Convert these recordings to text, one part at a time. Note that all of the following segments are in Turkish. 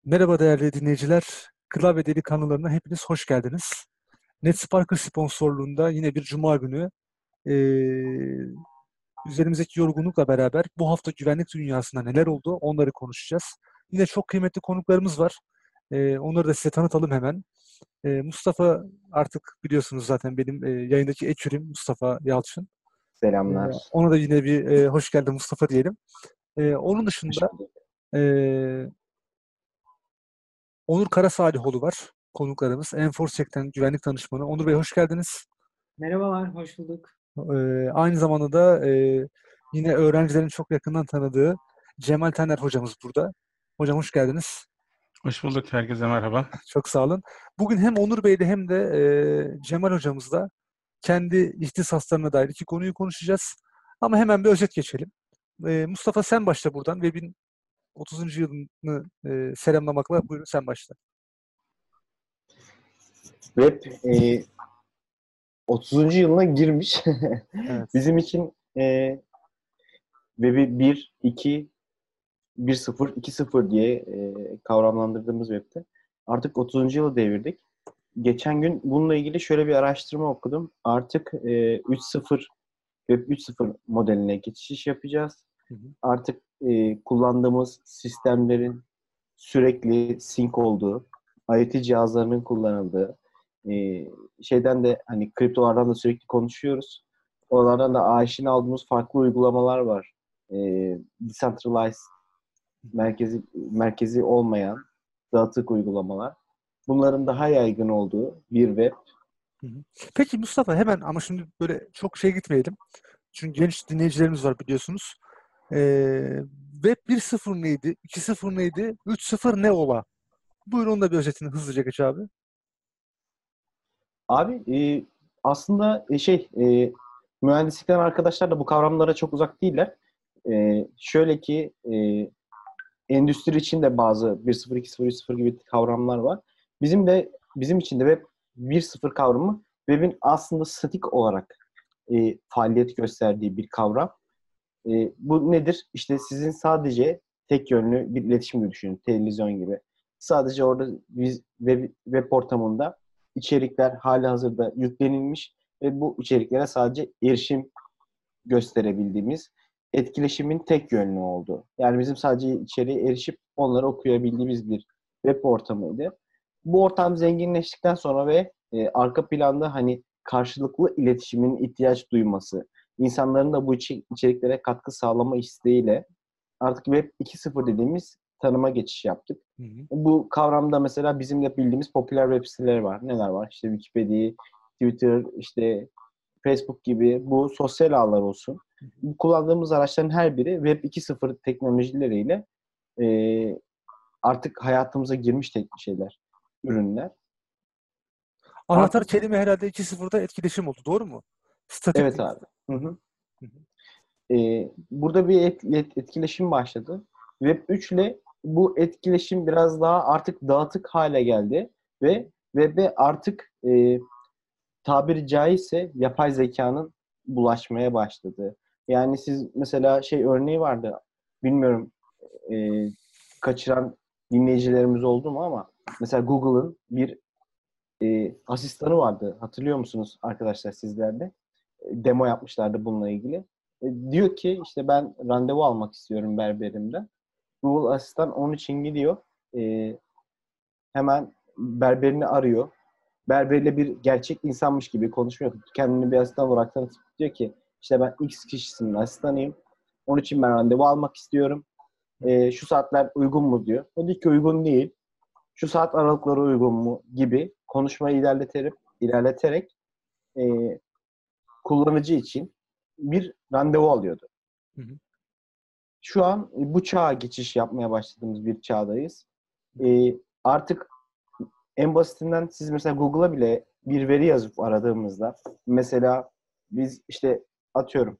Merhaba değerli dinleyiciler. Klavye Deli kanallarına hepiniz hoş geldiniz. NetSparker sponsorluğunda yine bir cuma günü eee, üzerimizdeki yorgunlukla beraber bu hafta güvenlik dünyasında neler oldu onları konuşacağız. Yine çok kıymetli konuklarımız var. Onları da size tanıtalım hemen. Mustafa artık biliyorsunuz zaten benim yayındaki ekürüm Mustafa Yalçın. Selamlar. Ona da yine bir hoş geldin Mustafa diyelim. Onun Hoş dışında bulduk. eee Onur Karasalihoğlu var. Konuklarımız. Enforsek'ten güvenlik danışmanı. Onur Bey hoş geldiniz. Merhabalar, hoş bulduk. Aynı zamanda da yine öğrencilerin çok yakından tanıdığı Cemal Taner hocamız burada. Hocam hoş geldiniz. Hoş bulduk. Herkese merhaba. Çok sağ olun. Bugün hem Onur Bey'le hem de Cemal hocamızla kendi ihtisaslarına dair iki konuyu konuşacağız. Ama hemen bir özet geçelim. Mustafa sen başla buradan. Web'in 30. yılını selamlamakla buyurun sen başla. Web 30. yılına girmiş. Evet. Bizim için Web'i 1, 2, 1.0, 2.0 diye kavramlandırdığımız Web'te artık 30. yılı devirdik. Geçen gün bununla ilgili şöyle bir araştırma okudum. Artık 3.0, Web 3.0 modeline geçiş yapacağız. Hı hı. Artık kullandığımız sistemlerin sürekli sync olduğu, IoT cihazlarının kullanıldığı, şeyden de hani kriptolardan da sürekli konuşuyoruz. Oralardan da aşina aldığımız farklı uygulamalar var. Decentralized, merkezi olmayan dağıtık uygulamalar. Bunların daha yaygın olduğu bir web. Hı hı. Peki Mustafa hemen ama şimdi böyle çok şey gitmeyelim. Çünkü genç dinleyicilerimiz var biliyorsunuz. Web 1.0 neydi? 2.0 neydi? 3.0 ne ola? Buyurun onun da bir özetini hızlıca geç abi. Abi aslında mühendislikten arkadaşlar da bu kavramlara çok uzak değiller. Şöyle ki endüstri için de bazı 1.0, 2.0, 3.0 gibi kavramlar var. Bizim için de Web 1.0 kavramı Web'in aslında statik olarak faaliyet gösterdiği bir kavram. Bu nedir? İşte sizin sadece tek yönlü bir iletişim gibi düşünün. Televizyon gibi. Sadece orada biz web ortamında içerikler halihazırda yüklenilmiş ve bu içeriklere sadece erişim gösterebildiğimiz, etkileşimin tek yönlü olduğu. Yani bizim sadece içeriye erişip onları okuyabildiğimiz bir web ortamıydı. Bu ortam zenginleştikten sonra ve arka planda hani karşılıklı iletişimin ihtiyaç duyması, insanların da bu içeriklere katkı sağlama isteğiyle artık Web 2.0 dediğimiz tanıma geçiş yaptık. Hı hı. Bu kavramda mesela bizim de bildiğimiz popüler web siteleri var. Neler var? İşte Wikipedia, Twitter, işte Facebook gibi bu sosyal ağlar olsun. Bu kullandığımız araçların her biri Web 2.0 teknolojileriyle e, artık hayatımıza girmiş şeyler, ürünler. Anahtar Artık kelime herhalde 2.0'da etkileşim oldu. Doğru mu? Statik evet değil. abi. Hı hı. Hı hı. Burada bir etkileşim başladı. Web 3 ile bu etkileşim biraz daha artık dağıtık hale geldi ve web'e artık tabiri caizse yapay zekanın bulaşmaya başladı. Yani siz mesela şey örneği vardı. Bilmiyorum e, kaçıran dinleyicilerimiz oldu mu ama mesela Google'ın bir asistanı vardı. Hatırlıyor musunuz arkadaşlar sizler de? Demo yapmışlardı bununla ilgili. Diyor ki işte ben randevu almak istiyorum berberimden. Google Asistan onun için gidiyor. E, Hemen berberini arıyor. Berberiyle bir gerçek insanmış gibi konuşmuyor. Kendini bir asistan olarak tanıtıp diyor ki işte ben X kişisinin asistanıyım. Onun için ben randevu almak istiyorum. Şu saatler uygun mu diyor. O diyor ki uygun değil. Şu saat aralıkları uygun mu gibi konuşmayı ilerleterek e, kullanıcı için bir randevu alıyordu. Hı hı. Şu an bu çağa geçiş yapmaya başladığımız bir çağdayız. Artık en basitinden siz mesela Google'a bile bir veri yazıp aradığımızda mesela biz işte atıyorum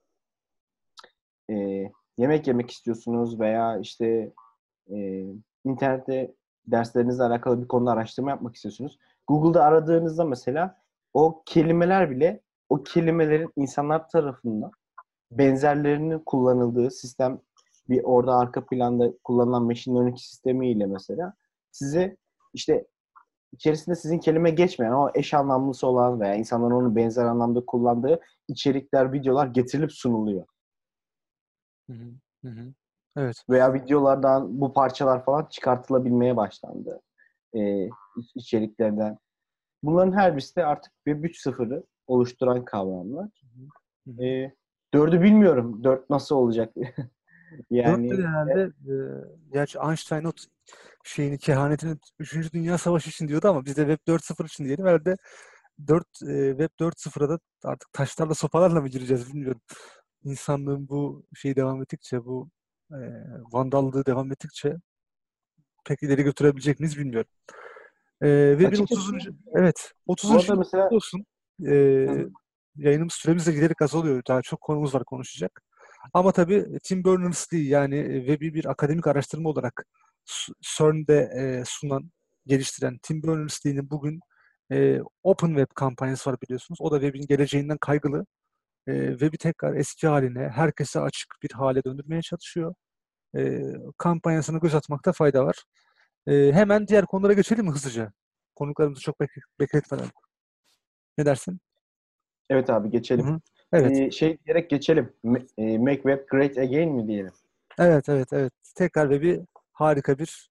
e, yemek yemek istiyorsunuz veya işte e, internette derslerinizle alakalı bir konuda araştırma yapmak istiyorsunuz. Google'da aradığınızda mesela o kelimeler bile o kelimelerin insanlar tarafından benzerlerinin kullanıldığı sistem bir orada arka planda kullanılan machine learning sistemiyle mesela size işte içerisinde sizin kelime geçmeyen ama eş anlamlısı olan veya insanların onu benzer anlamda kullandığı içerikler, videolar getirilip sunuluyor. Hı hı. Hı hı. Evet. Veya videolardan bu parçalar falan çıkartılabilmeye başlandı. İçeriklerden. Bunların her birisi de artık Web 3.0'ı oluşturan kavramlar. Hı hı. Dördü bilmiyorum. Dört nasıl olacak? Dörtte Yani genelde gerçi Einstein o şeyini, kehanetini 3. Dünya Savaşı için diyordu ama biz de Web 4.0 için diyelim. Herhalde Web 4.0'a da artık taşlarla sopalarla mı gireceğiz bilmiyorum. İnsanlığın bu şeyi devam ettikçe, bu e, vandallığı devam ettikçe pek ileri götürebilecek miyiz bilmiyorum. Ve bir açıkçası 30. Evet, bu 30. arada mesela olsun. hı hı, Yayınımız süremiz de giderek azalıyor. Daha çok konumuz var konuşacak. Ama tabii Tim Berners-Lee yani Web'i bir akademik araştırma olarak CERN'de sunan, geliştiren Tim Berners-Lee'nin bugün Open Web kampanyası var biliyorsunuz. O da Web'in geleceğinden kaygılı. Web'i tekrar eski haline, herkese açık bir hale döndürmeye çalışıyor. Kampanyasına göz atmakta fayda var. Hemen diğer konulara geçelim mi hızlıca? Konuklarımızı çok bekletmeden. Ne dersin? evet abi Hı geçelim. hı. Evet. Şey diyerek geçelim. Make Web Great Again mi diyelim? Evet, evet, evet. Tekrar web'i harika bir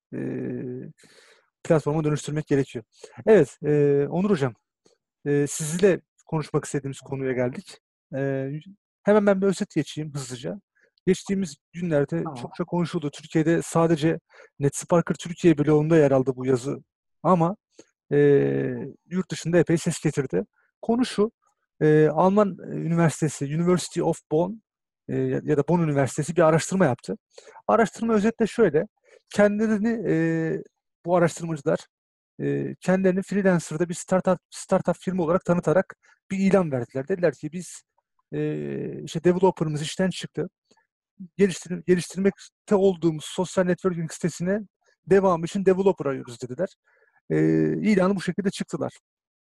platforma dönüştürmek gerekiyor. Evet, Onur Hocam, sizinle konuşmak istediğimiz konuya geldik. E, Hemen ben bir özet geçeyim hızlıca. Geçtiğimiz günlerde Tamam. çokça konuşuldu. Türkiye'de sadece NetSparker Türkiye bloğunda yer aldı bu yazı. Ama e, yurt dışında epey ses getirdi. Konu şu, Alman üniversitesi, University of Bonn ya da Bonn Üniversitesi bir araştırma yaptı. Araştırma özetle şöyle, kendilerini bu araştırmacılar kendilerini freelancer'da bir startup firma olarak tanıtarak bir ilan verdiler. Dediler ki biz işte developer'ımız işten çıktı. Geliştirmekte olduğumuz sosyal networking sitesine devam için developer arıyoruz dediler. İlanı bu şekilde çıktılar.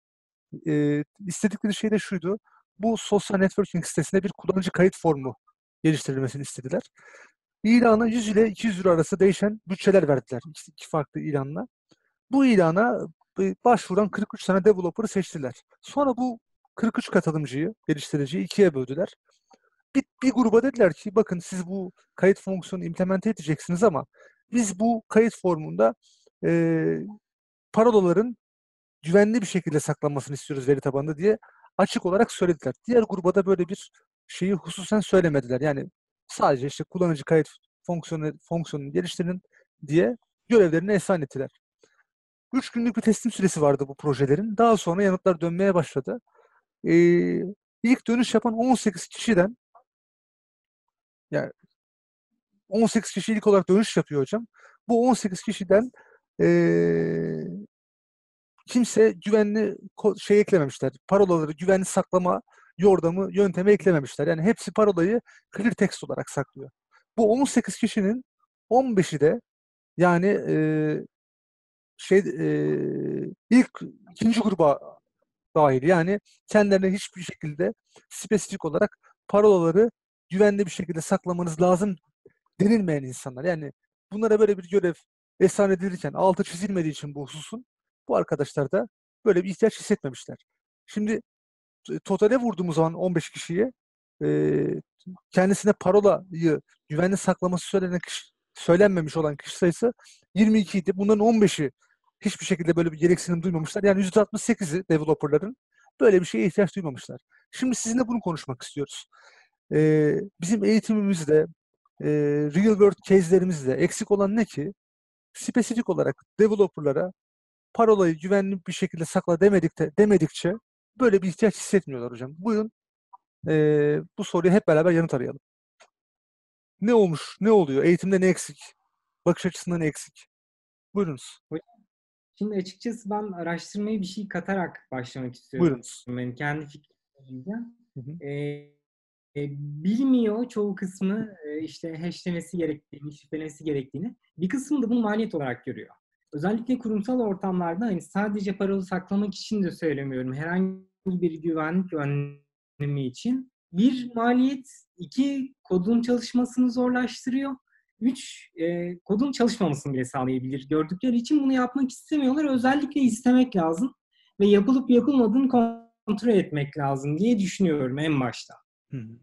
İstedikleri şey de şuydu. Bu sosyal networking sitesine bir kullanıcı kayıt formu geliştirilmesini istediler. İlana 100 ile 200 euro arası değişen bütçeler verdiler. İki farklı ilanla. Bu ilana başvuran 43 tane developer'ı seçtiler. Sonra bu 43 katılımcıyı, geliştiriciyi ikiye böldüler. Bir gruba dediler ki bakın siz bu kayıt fonksiyonu implemente edeceksiniz ama biz bu kayıt formunda e, parolaların güvenli bir şekilde saklanmasını istiyoruz veri tabanında diye açık olarak söylediler. Diğer gruba da böyle bir şeyi hususen söylemediler. Yani sadece işte kullanıcı kayıt fonksiyonunu geliştirin diye görevlerini ehsan ettiler. 3 günlük bir teslim süresi vardı bu projelerin. Daha sonra yanıtlar dönmeye başladı. Ee, ilk dönüş yapan 18 kişiden, yani 18 kişi ilk olarak dönüş yapıyor hocam. Bu 18 kişiden ee, kimse güvenli şey eklememişler. Parolaları güvenli saklama yöntemi eklememişler. Yani hepsi parolayı clear text olarak saklıyor. Bu 18 kişinin 15'i de yani ilk ikinci gruba dahil. Yani kendilerine hiçbir şekilde spesifik olarak parolaları güvenli bir şekilde saklamanız lazım denilmeyen insanlar. Yani bunlara böyle bir görev ehsan edilirken altı çizilmediği için bu hususun bu arkadaşlar da böyle bir ihtiyaç hissetmemişler. Şimdi totale vurduğumuz zaman 15 kişiye e, kendisine parolayı güvenli saklaması söylenmemiş olan kişi sayısı 22 idi. Bunların 15'i hiçbir şekilde böyle bir gereksinim duymamışlar. Yani %68'i developerların böyle bir şeye ihtiyaç duymamışlar. Şimdi sizinle bunu konuşmak istiyoruz. Bizim eğitimimizde, real world case'lerimizde eksik olan ne ki? Spesifik olarak developerlara parolayı güvenli bir şekilde sakla demedikçe böyle bir ihtiyaç hissetmiyorlar hocam. Buyurun bu soruya hep beraber yanıt arayalım. Ne olmuş, ne oluyor? Eğitimde ne eksik? Bakış açısında ne eksik? Buyurunuz, Şimdi açıkçası ben araştırmayı bir şey katarak başlamak istiyorum. buyurunuz. Yani kendi fikrimden. Hı hı. Bilmiyor çoğu kısmı işte hashlemesi gerektiğini, şifrelemesi gerektiğini. Bir kısmı da bunu maliyet olarak görüyor. Özellikle kurumsal ortamlarda hani sadece parola saklamak için de söylemiyorum. Herhangi bir güvenlik önlemi için. Bir maliyet, iki kodun çalışmasını zorlaştırıyor. kodun çalışmamasını bile sağlayabilir. Gördükleri için bunu yapmak istemiyorlar. Özellikle istemek lazım ve yapılıp yapılmadığını kontrol etmek lazım diye düşünüyorum en başta. Hı hı.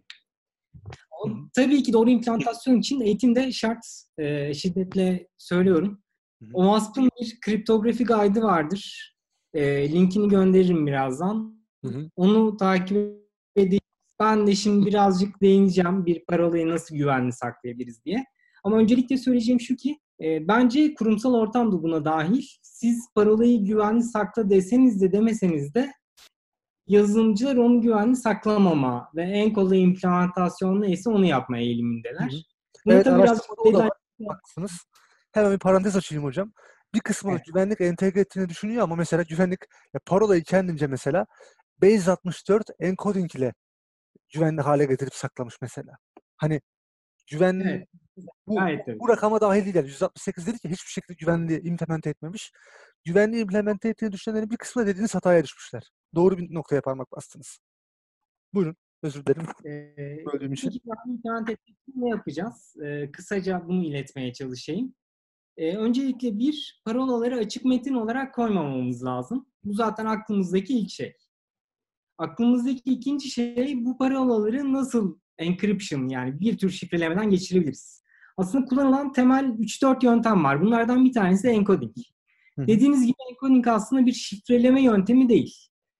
Tabii ki doğru implementasyon için eğitim de şart. Şiddetle söylüyorum. OWASP'ın bir kriptografi guide'ı vardır. Linkini gönderirim birazdan. Onu takip edin. Ben de şimdi birazcık değineceğim bir parolayı nasıl güvenli saklayabiliriz diye. Ama öncelikle söyleyeceğim şu ki bence kurumsal ortam da buna dahil. Siz parolayı güvenli sakla deseniz de demeseniz de yazılımcılar onu güvenli saklamama ve en kolay implementasyon neyse onu yapma eğilimindeler. Bunu Evet, tabii biraz araştırmada o da var. Haklısınız. Hemen bir parantez açayım hocam. Bir kısmı da güvenlik entegre ettiğini düşünüyor ama mesela güvenlik parolayı kendince mesela Base64 encoding ile güvenli hale getirip saklamış mesela. Hani güven bu rakama dahil değil. Yani 168 dedi ki hiçbir şekilde güvenliği implemente etmemiş. Güvenliği implemente ettiğini düşünenlerin bir kısmı da dediğiniz hataya düşmüşler. Doğru bir noktaya parmak bastınız. Buyurun. Özür dilerim. Böldüğüm için. İmplement etmek için ne yapacağız? Kısaca bunu iletmeye çalışayım. Öncelikle parolaları açık metin olarak koymamamız lazım. Bu zaten aklımızdaki ilk şey. Aklımızdaki ikinci şey bu parolaları nasıl encryption yani bir tür şifrelemeden geçirebiliriz. Aslında kullanılan temel 3-4 yöntem var. Bunlardan bir tanesi de encoding. Dediğiniz gibi encoding aslında bir şifreleme yöntemi değil.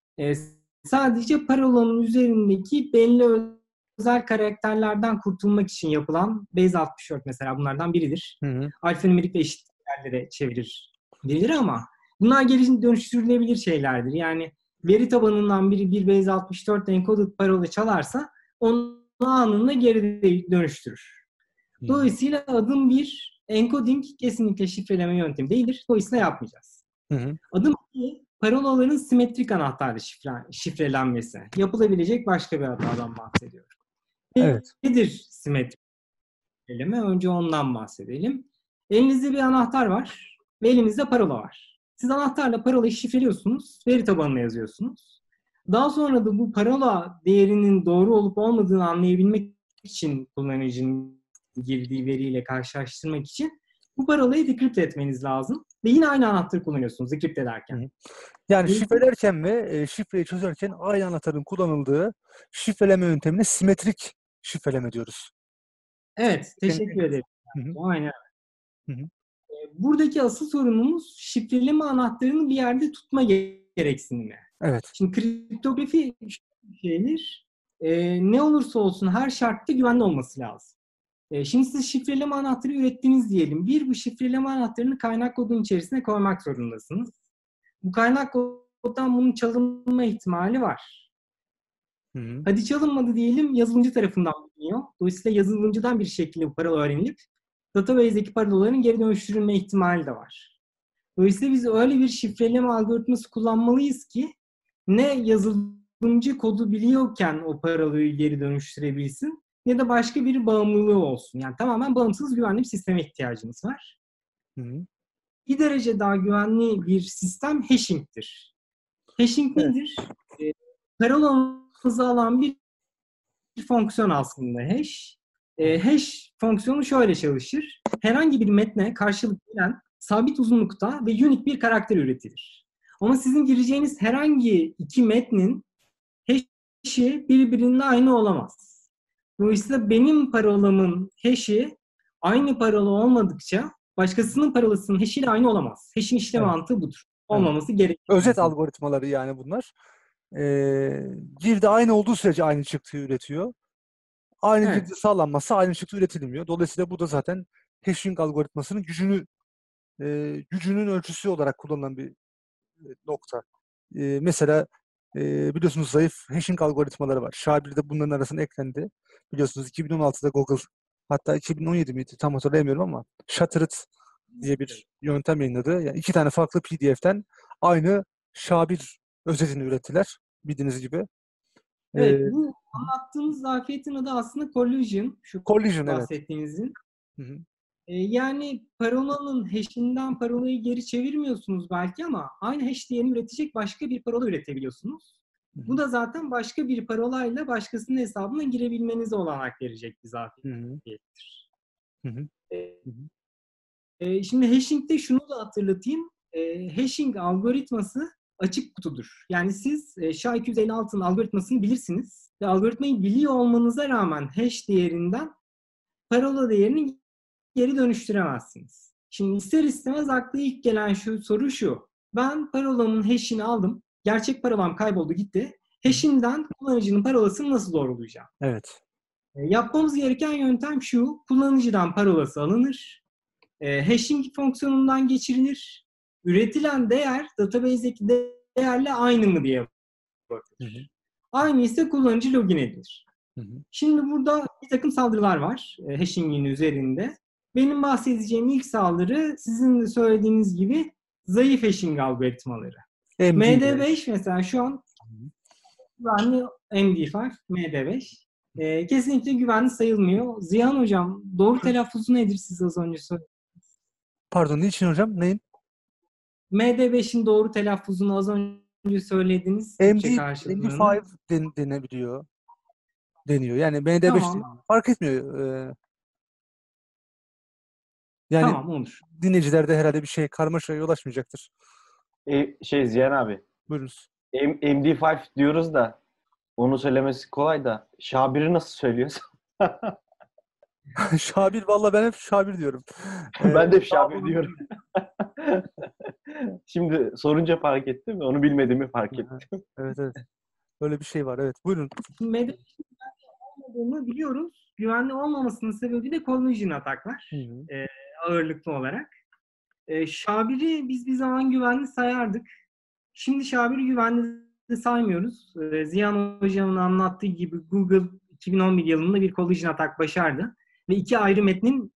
Sadece parolanın üzerindeki belli özel karakterlerden kurtulmak için yapılan Base64 mesela bunlardan biridir. Alfanümerik ve eşit yerlere çevirilir ama bunlar geri dönüştürülebilir şeylerdir. Yani veri tabanından biri bir Base64 encoded parola çalarsa onu anında geri dönüştürür. Dolayısıyla adım 1 encoding kesinlikle şifreleme yöntemi değildir. Dolayısıyla yapmayacağız. Adım 2 parolaların simetrik anahtarla şifrelenmesi. Yapılabilecek başka bir hatadan bahsediyorum. Nedir simetrik şifreleme? Önce ondan bahsedelim. Elinizde bir anahtar var ve elinizde parola var. Siz anahtarla parolayı şifreliyorsunuz, veri tabanına yazıyorsunuz. Daha sonra da bu parola değerinin doğru olup olmadığını anlayabilmek için kullanıcının girdiği veriyle karşılaştırmak için bu parolayı dekripte etmeniz lazım. Ve yine aynı anahtarı kullanıyorsunuz dekripte ederken. Yani şifrelerken ve şifreyi çözerken aynı anahtarın kullanıldığı şifreleme yöntemine simetrik şifreleme diyoruz. Evet, teşekkür ederim. Aynen. Buradaki asıl sorunumuz şifreleme anahtarını bir yerde tutma gereksinimi. Evet. Şimdi kriptografi şeydir. Ne olursa olsun her şartta güvenli olması lazım. Şimdi siz şifreleme anahtarı ürettiniz diyelim. Bu şifreleme anahtarını kaynak kodun içerisine koymak zorundasınız. Bu kaynak koddan bunun çalınma ihtimali var. Hadi çalınmadı diyelim, yazılımcı tarafından biliniyor. Dolayısıyla yazılımcıdan bir şekilde bu parola öğrenilip database'deki parolaların geri dönüştürülme ihtimali de var. Dolayısıyla biz öyle bir şifreleme algoritması kullanmalıyız ki ne yazılımcı kodu biliyorken o parolayı geri dönüştürebilsin ne de başka bir bağımlılığı olsun. Yani tamamen bağımsız güvenli bir sisteme ihtiyacımız var. Bir derece daha güvenli bir sistem hashing'tir. Hashing nedir? Parolamızı alan bir fonksiyon aslında hash. Hash fonksiyonu şöyle çalışır. Herhangi bir metne karşılık gelen sabit uzunlukta ve unique bir karakter üretilir. Ama sizin gireceğiniz herhangi iki metnin hash'i birbirinin aynı olamaz. Dolayısıyla benim parolamın hash'i aynı parola olmadıkça başkasının parolasının hash'iyle aynı olamaz. Hash'in işlem mantığı budur. Olmaması gerekir. Özet algoritmaları yani bunlar. Girdi aynı olduğu sürece aynı çıktığı üretiyor. Aynı girdi sağlanmazsa aynı çıktı üretilmiyor. Dolayısıyla bu da zaten hashing algoritmasının gücünün ölçüsü olarak kullanılan bir nokta. Mesela biliyorsunuz zayıf hashing algoritmaları var. SHA-1 de bunların arasına eklendi. Biliyorsunuz 2016'da Google, hatta 2017 miydi tam hatırlayamıyorum ama Shattered diye bir yöntem yayınladı. Yani 2 tane farklı PDF'ten aynı SHA-1 özetini ürettiler. Bildiğiniz gibi. Evet, bu anlattığınız zafiyetin adı aslında collision. Şu bahsettiğinizin. Evet. Yani parolanın hash'inden parolayı geri çevirmiyorsunuz belki ama aynı hash değerini üretecek başka bir parola üretebiliyorsunuz. Bu da zaten başka bir parolayla başkasının hesabına girebilmenize olanak verecek bir zafiyettir. Şimdi hashing'de şunu da hatırlatayım. Hashing algoritması açık kutudur. Yani siz SHA-256'nın algoritmasını bilirsiniz ve algoritmayı biliyor olmanıza rağmen hash değerinden parola değerini geri dönüştüremezsiniz. Şimdi ister istemez akla ilk gelen soru şu. Ben parolamın hash'ini aldım. Gerçek parolam kayboldu gitti. Hash'inden kullanıcının parolasını nasıl doğrulayacağım? Evet. Yapmamız gereken yöntem şu. Kullanıcıdan parolası alınır. Hashing fonksiyonundan geçirilir. Üretilen değer database'deki değerle aynı mı diye bakılır. Aynı ise kullanıcı login edilir. Şimdi burada bir takım saldırılar var hashing'in üzerinde. Benim bahsedeceğim ilk saldırı sizin de söylediğiniz gibi zayıf hashing algoritmaları. MD5 mesela şu an güvenli MD5, MD5. Kesinlikle güvenli sayılmıyor. Ziyan Hocam doğru telaffuzu nedir siz az önce söylediniz? Pardon, niçin hocam? Neyin? MD5'in doğru telaffuzunu az önce söylediniz. MD5 denebiliyor. Deniyor. Yani MD5 tamam. fark etmiyor. Yani tamam, olur. Dinleyicilerde herhalde bir şey karmaşaya yol açmayacaktır. Ziyan abi. Buyurunuz. MD5 diyoruz da onu söylemesi kolay da Şabir'i nasıl söylüyorsun? Şabir, vallahi ben hep Şabir diyorum. Ben de hep Şabir diyorum. Şimdi sorunca fark ettim. Onu bilmediğimi fark ettim. Evet. Öyle bir şey var. Evet. Buyurun. MD5'in olmadığını biliyoruz. Güvenli olmamasının sebebi de collision ataklar. Ağırlıklı olarak. Şabir'i biz bir zaman güvenli sayardık. Şimdi Şabir'i güvenli saymıyoruz. Ziyan Hocam'ın anlattığı gibi Google 2011 yılında bir collision atak başardı. Ve iki ayrı metnin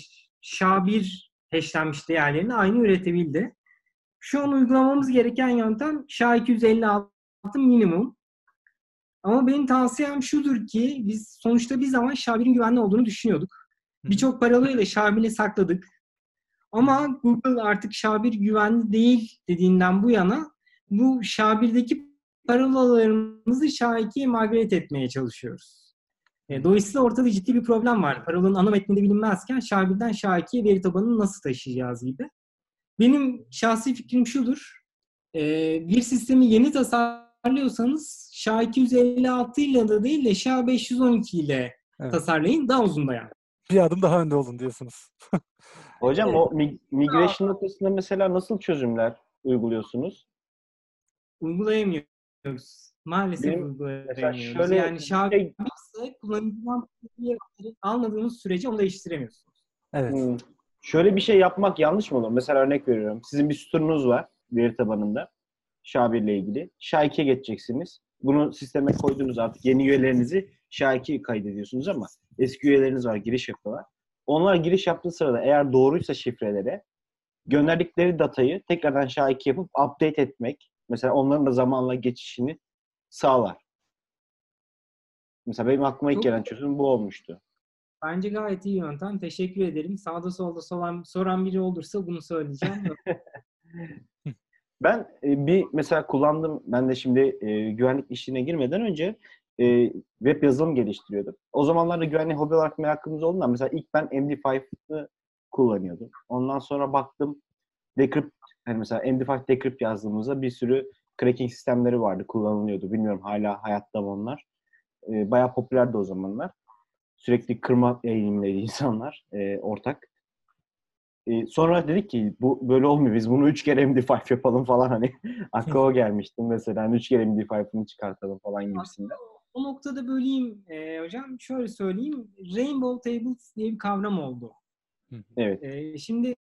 Şabir hashlenmiş değerlerini aynı üretebildi. Şu an uygulamamız gereken yöntem SHA-256 minimum. Ama benim tavsiyem şudur ki biz sonuçta bir zaman Şabir'in güvenli olduğunu düşünüyorduk. Birçok parolayla Şabir'i sakladık. Ama Google artık Şabir güvenli değil dediğinden bu yana bu Şabir'deki parolalarımızı SHA-2'ye migrate etmeye çalışıyoruz. Dolayısıyla ortada ciddi bir problem var. Parolanın ana metninde bilinmezken Şabir'den SHA-2'ye veri tabanını nasıl taşıyacağız gibi. Benim şahsi fikrim şudur. Bir sistemi yeni tasarlıyorsanız SHA-256 ile de değil de SHA-512 ile tasarlayın. Daha uzun dayan. Bir adım daha önde olun diyorsunuz. Hocam evet. O migration noktasında mesela nasıl çözümler uyguluyorsunuz? Uygulayamıyoruz. Maalesef uygulayamıyoruz. Yani SHA-5 kullanıcıdan almadığınız sürece onu değiştiremiyorsunuz. Evet. Şöyle bir şey yapmak yanlış mı olur? Mesela örnek veriyorum. Sizin bir sütununuz var veri tabanında. Şabir'le ilgili. SHA-2'ye geçeceksiniz. Bunu sisteme koydunuz artık. Yeni üyelerinizi SHA-2 kaydediyorsunuz ama eski üyeleriniz var. Giriş yapıyorlar. Onlar giriş yaptığı sırada eğer doğruysa şifrelere gönderdikleri datayı tekrardan SHA-2 yapıp update etmek. Mesela onların da zamanla geçişini sağlar. Mesela benim aklıma ilk gelen çözüm bu olmuştu. Bence gayet iyi yöntem. Teşekkür ederim. Sağda solda soran biri olursa bunu söyleyeceğim. Ben bir mesela kullandım. Ben de şimdi güvenlik işine girmeden önce web yazılım geliştiriyordum. O zamanlarda güvenlik hobi olarak merakımız olduğundan mesela ilk ben MD5'ı kullanıyordum. Ondan sonra baktım decrypt, hani mesela MD5 decrypt yazdığımızda bir sürü cracking sistemleri vardı, kullanılıyordu. Bilmiyorum hala hayatta mı onlar. Bayağı popülerdi o zamanlar. Sürekli kırma eğilimindeydi insanlar ortak. Sonra dedik ki bu böyle olmuyor. Biz bunu 3 kere MD5 yapalım falan hani. Aklıma o gelmişti mesela. Hani 3 kere MD5'ını çıkartalım falan gibisinden. O noktada böleyim hocam. Şöyle söyleyeyim. Rainbow Tables diye bir kavram oldu. Evet. Şimdi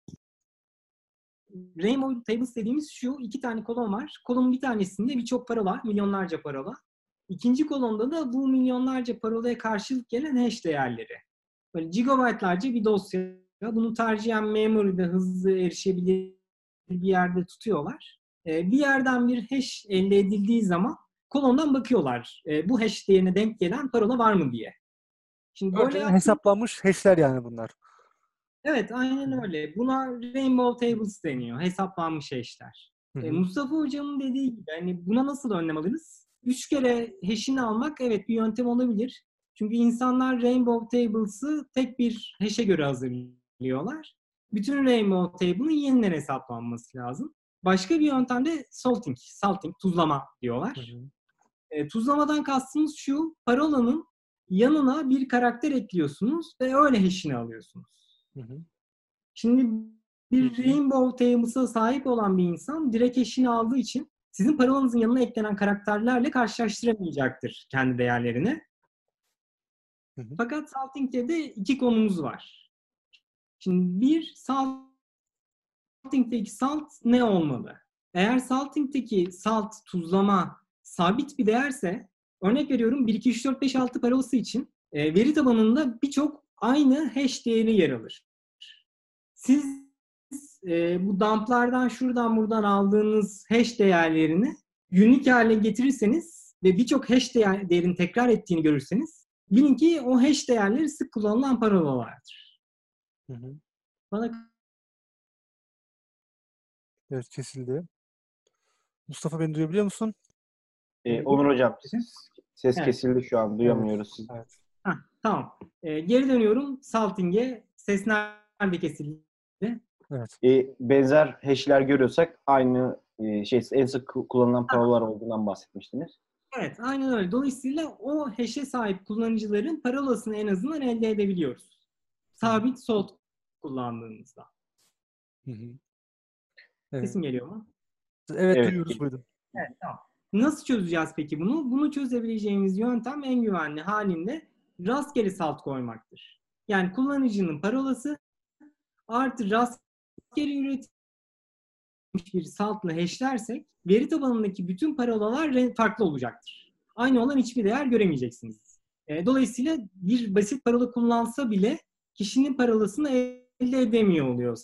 Rainbow Tables dediğimiz şu. 2 tane kolon var. Kolonun bir tanesinde birçok parola, milyonlarca parola. İkinci kolonda da bu milyonlarca parolaya karşılık gelen hash değerleri. Böyle gigabaytlarca bir dosya. Bunu tercihen memory'de hızlı erişebilir bir yerde tutuyorlar. Bir yerden bir hash elde edildiği zaman kolondan bakıyorlar. Bu hash değerine denk gelen parola var mı diye. Şimdi böyle hesaplanmış hash'ler yani bunlar. Evet, aynen öyle. Buna Rainbow Tables deniyor. Hesaplanmış hash'ler. Mustafa Hocam'ın dediği gibi hani buna nasıl önlem alırız? 3 kere hash'ini almak evet bir yöntem olabilir. Çünkü insanlar Rainbow Tables'ı tek bir hash'e göre hazırlıyorlar. Bütün Rainbow Table'ın yeniden hesaplanması lazım. Başka bir yöntem de salting, tuzlama Hı diyorlar. hı. Tuzlamadan kastımız şu, parolanın yanına bir karakter ekliyorsunuz ve öyle hash'ini alıyorsunuz. Hı hı. Şimdi bir Rainbow Tables'a sahip olan bir insan direkt hash'ini aldığı için sizin parolanızın yanına eklenen karakterlerle karşılaştıramayacaktır kendi değerlerini. Hı hı. Fakat salting'de de iki konumuz var. Şimdi bir, salting'deki salt ne olmalı? Eğer salting'deki salt, tuzlama sabit bir değerse, örnek veriyorum 1, 2, 3, 4, 5, 6 parolası için veri tabanında birçok aynı hash değeri yer alır. Siz bu dumplardan şuradan buradan aldığınız hash değerlerini unique hale getirirseniz ve birçok hash değerini tekrar ettiğini görürseniz bilin ki o hash değerleri sık kullanılan parolalardır. Hı hı. Bana Evet, kesildi. Mustafa, beni duyabiliyor musun? Onur hocam ses evet. kesildi şu an. Duyamıyoruz sizi. Evet. Tamam. Geri dönüyorum salting'e. Ses nerede kesildi? Evet. Benzer hash'ler görüyorsak aynı en sık kullanılan parolalar olduğundan bahsetmiştiniz. Evet, aynen öyle. Dolayısıyla o hash'e sahip kullanıcıların parolasını en azından elde edebiliyoruz. Sabit salt kullandığımızda. Hı hı. Evet. Sesim geliyor mu? Evet, Evet. duyuyoruz, buyurun. Evet, tamam. Nasıl çözeceğiz peki bunu? Bunu çözebileceğimiz yöntem en güvenli halinde rastgele salt koymaktır. Yani kullanıcının parolası artı rastgele üretilmiş bir saltla hashlersek veri tabanındaki bütün parolalar farklı olacaktır. Aynı olan hiçbir değer göremeyeceksiniz. Dolayısıyla bir basit parola kullansa bile kişinin parolasını elde edemiyor oluyor.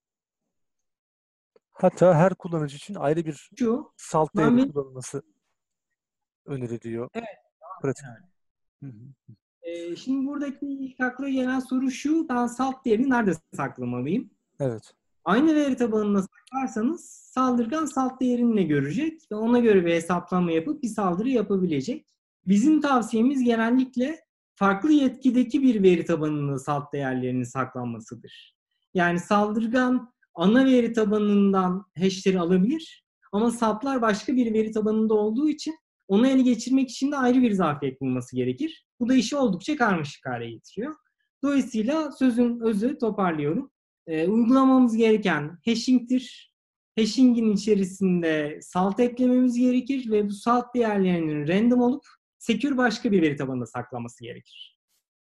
Hatta her kullanıcı için ayrı bir Şu, salt ben değeri benim, kullanılması öneriliyor. evet, Pratik. yani. Hı hı. Şimdi buradaki ilk akla gelen soru şu, ben salt değerini nerede saklamalıyım? Evet. Aynı veri tabanına saklarsanız saldırgan salt değerini ne görecek ve ona göre bir hesaplama yapıp bir saldırı yapabilecek. Bizim tavsiyemiz genellikle farklı yetkideki bir veri tabanının salt değerlerinin saklanmasıdır. Yani saldırgan ana veri tabanından hash'leri alabilir ama saltlar başka bir veri tabanında olduğu için onu ele geçirmek için de ayrı bir zafiyet bulması gerekir. Bu da işi oldukça karmaşık hale getiriyor. Dolayısıyla sözün özü, toparlıyorum. Uygulamamız gereken hashing'tir. Hashing'in içerisinde salt eklememiz gerekir ve bu salt değerlerinin random olup secure başka bir veri tabanında saklanması gerekir.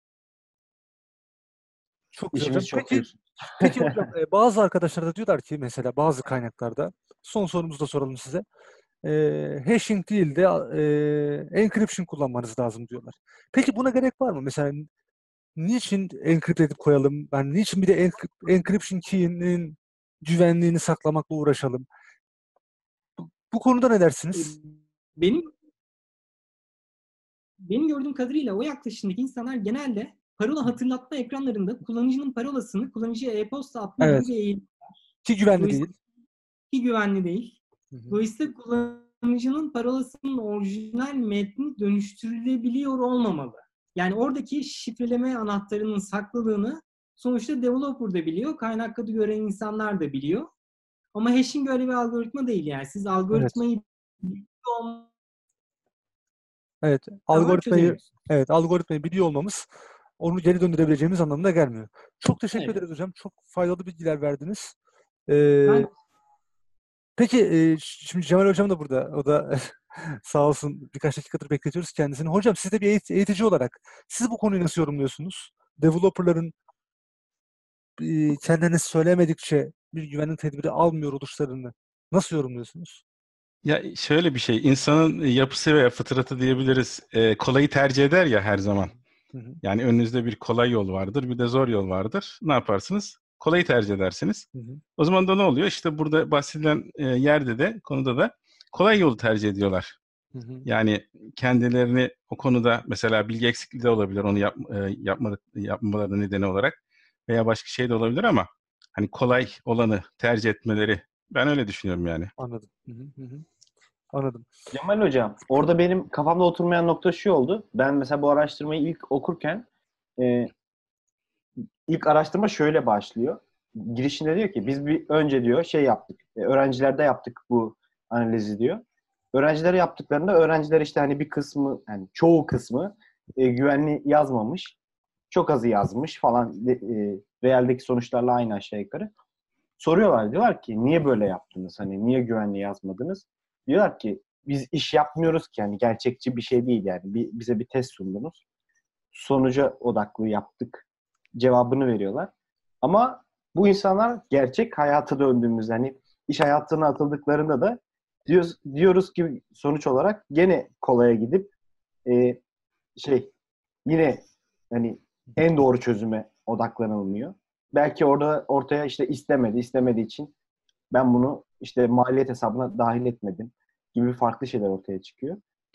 Çok güzel hocam. İşimiz çok Peki, diyorsun. peki hocam, bazı arkadaşlar da diyorlar ki mesela bazı kaynaklarda, son sorumuzu da soralım size. Hashing değil de encryption kullanmanız lazım diyorlar. Peki buna gerek var mı? Mesela niçin encrypt edip koyalım? Yani niçin bir de encryption key'nin güvenliğini saklamakla uğraşalım? Bu konuda ne dersiniz? Benim gördüğüm kadarıyla o yaklaşımdaki insanlar genelde parola hatırlatma ekranlarında kullanıcının parolasını kullanıcıya e-posta atma gibi Evet. bir eğilim. Ki güvenli Dolayısıyla değil. güvenli değil. Hı hı. Dolayısıyla kullanıcının parolasının orijinal metni dönüştürülebiliyor olmamalı. Yani oradaki şifreleme anahtarının saklılığını sonuçta developer da biliyor, kaynak kodu gören insanlar da biliyor. Ama hashing öyle bir algoritma değil yani. Siz Evet. algoritmayı biliyor Evet. olmadan çözemiyorsunuz. Algoritmayı biliyor olmamız onu geri döndürebileceğimiz anlamına gelmiyor. Çok teşekkür Evet. ederiz hocam. Çok faydalı bilgiler verdiniz. Ee, Ben peki şimdi Cemal hocam da burada. O da sağ olsun, birkaç dakikadır bekletiyoruz kendisini. Hocam, siz de bir eğitici olarak siz bu konuyu nasıl yorumluyorsunuz? Developerların kendilerine söylemedikçe bir güvenlik tedbiri almıyor oluşlarını nasıl yorumluyorsunuz? Ya şöyle bir şey, insanın yapısı veya fıtratı diyebiliriz. Kolayı tercih eder ya her zaman. Hı hı. Yani önünüzde bir kolay yol vardır, bir de zor yol vardır. Ne yaparsınız? Kolayı tercih edersiniz. Hı hı. O zaman da ne oluyor? İşte burada bahsedilen yerde de, konuda da kolay yolu tercih ediyorlar. Hı hı. Yani kendilerini o konuda mesela bilgi eksikliği de olabilir, onu yapmaları nedeni olarak, veya başka şey de olabilir ama hani kolay olanı tercih etmeleri, ben öyle düşünüyorum yani. Anladım. Hı hı. Hı hı. Anladım. Cemal Hocam, orada benim kafamda oturmayan nokta şu oldu. Ben mesela bu araştırmayı ilk okurken e, ilk araştırma şöyle başlıyor. Girişinde diyor ki biz bir önce diyor şey yaptık. Öğrencilerde yaptık bu analizi diyor. Öğrencilere yaptıklarında öğrenciler işte hani bir kısmı yani çoğu kısmı güvenli yazmamış. Çok azı yazmış falan. Realdeki sonuçlarla aynı aşağı yukarı. Soruyorlar diyorlar ki niye böyle yaptınız? Hani niye güvenli yazmadınız? Diyorlar ki biz iş yapmıyoruz ki yani gerçekçi bir şey değil yani. Bize bir test sundunuz. Sonuca odaklı yaptık cevabını veriyorlar. Ama bu insanlar gerçek hayata döndüğümüzde hani iş hayatına atıldıklarında da diyoruz ki sonuç olarak gene kolaya gidip e, şey yine hani en doğru çözüme odaklanılmıyor. Belki orada ortaya işte istemediği için ben bunu işte maliyet hesabına dahil etmedim gibi farklı şeyler ortaya çıkıyor.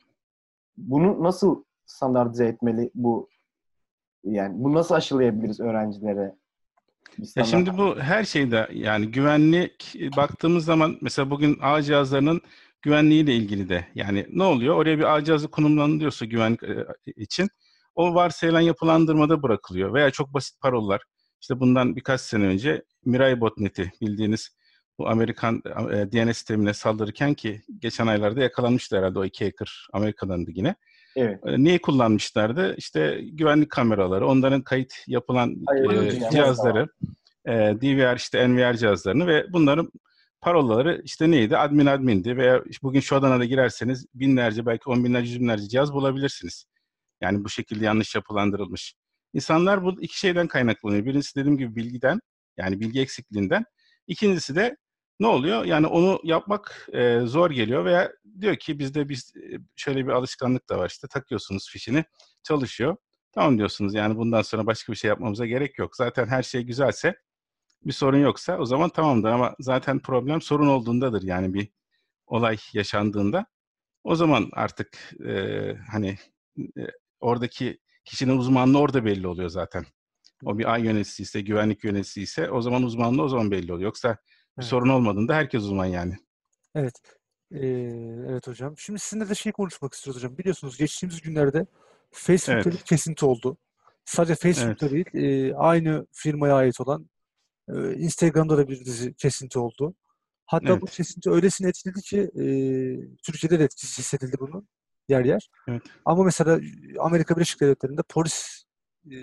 Bunu nasıl standartize etmeli bu yani bunu nasıl aşılayabiliriz öğrencilere? Bir Ya standart. şimdi bu her şeyde yani güvenlik baktığımız zaman mesela bugün ağ cihazlarının güvenliğiyle ilgili de yani ne oluyor? Oraya bir ağ cihazı konumlanıyorsa güvenlik için o varsayılan yapılandırmada bırakılıyor veya çok basit parollar. İşte bundan birkaç sene önce Mirai botnet'i bildiğiniz bu Amerikan DNS sistemine saldırırken ki geçen aylarda yakalanmıştı herhalde o iki hacker Amerika'dan da yine. Evet. Niye kullanmışlardı? İşte güvenlik kameraları, onların kayıt yapılan Hayırlı cihaz da var. cihazları, DVR işte NVR cihazlarını ve bunların parolaları işte neydi? Admin'di veya bugün şu adana da girerseniz binlerce belki on binlerce yüz binlerce cihaz bulabilirsiniz. Yani bu şekilde yanlış yapılandırılmış. İnsanlar bu iki şeyden kaynaklanıyor. Birincisi dediğim gibi bilgiden yani bilgi eksikliğinden. İkincisi de ne oluyor? Yani onu yapmak zor geliyor veya diyor ki bizde şöyle bir alışkanlık da var işte takıyorsunuz fişini çalışıyor. Tamam diyorsunuz yani bundan sonra başka bir şey yapmamıza gerek yok. Zaten her şey güzelse bir sorun yoksa o zaman tamamdır ama zaten problem sorun olduğundadır yani bir olay yaşandığında. O zaman artık hani e, oradaki kişinin uzmanlığı orada belli oluyor zaten. O bir ay yöneticisi ise, güvenlik yöneticisi ise o zaman uzmanlığı o zaman belli oluyor. Yoksa bir Evet. sorun olmadığında herkes uzman yani. Evet. Ee, evet hocam. Şimdi sizinle de konuşmak istiyoruz hocam. Biliyorsunuz geçtiğimiz günlerde Facebook'ta bir Evet, kesinti oldu. Sadece Facebook'ta evet, değil, aynı firmaya ait olan Instagram'da da bir dizi kesinti oldu. Hatta bu evet, kesinti öylesine etkiledi ki Türkiye'de de etkisi hissedildi bunun yer yer. evet, Ama mesela Amerika Birleşik Devletleri'nde e,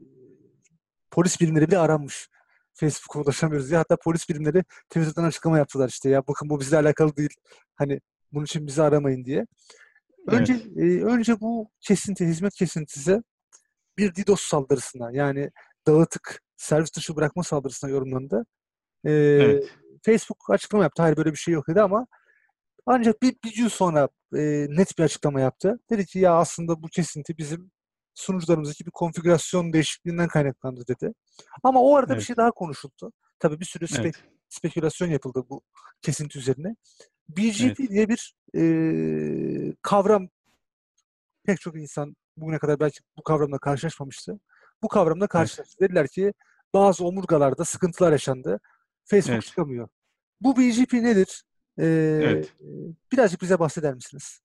polis birimleri bile aranmış. Facebook'a ulaşamıyoruz diye. Hatta polis birimleri Twitter'dan açıklama yaptılar işte ya bakın bu bizle alakalı değil. Hani bunun için bizi aramayın diye. Önce evet, önce bu hizmet kesintisi bir DDoS saldırısına yani dağıtık servis dışı bırakma saldırısına yorumlandı. E, evet, Facebook açıklama yaptı. Hayır böyle bir şey yok dedi ama ancak bir gün sonra net bir açıklama yaptı. Dedi ki ya aslında bu kesinti bizim sunucularımızdaki bir konfigürasyon değişikliğinden kaynaklandı dedi. Ama o arada bir evet, şey daha konuşuldu. Tabii bir sürü evet, spekülasyon yapıldı bu kesinti üzerine. evet, BGP diye bir kavram pek çok insan bugüne kadar belki bu kavramla karşılaşmamıştı. Bu kavramla evet, karşılaştı. Dediler ki bazı omurgalarda sıkıntılar yaşandı. Facebook evet, çıkamıyor. Bu BGP nedir? evet. Birazcık bize bahseder misiniz?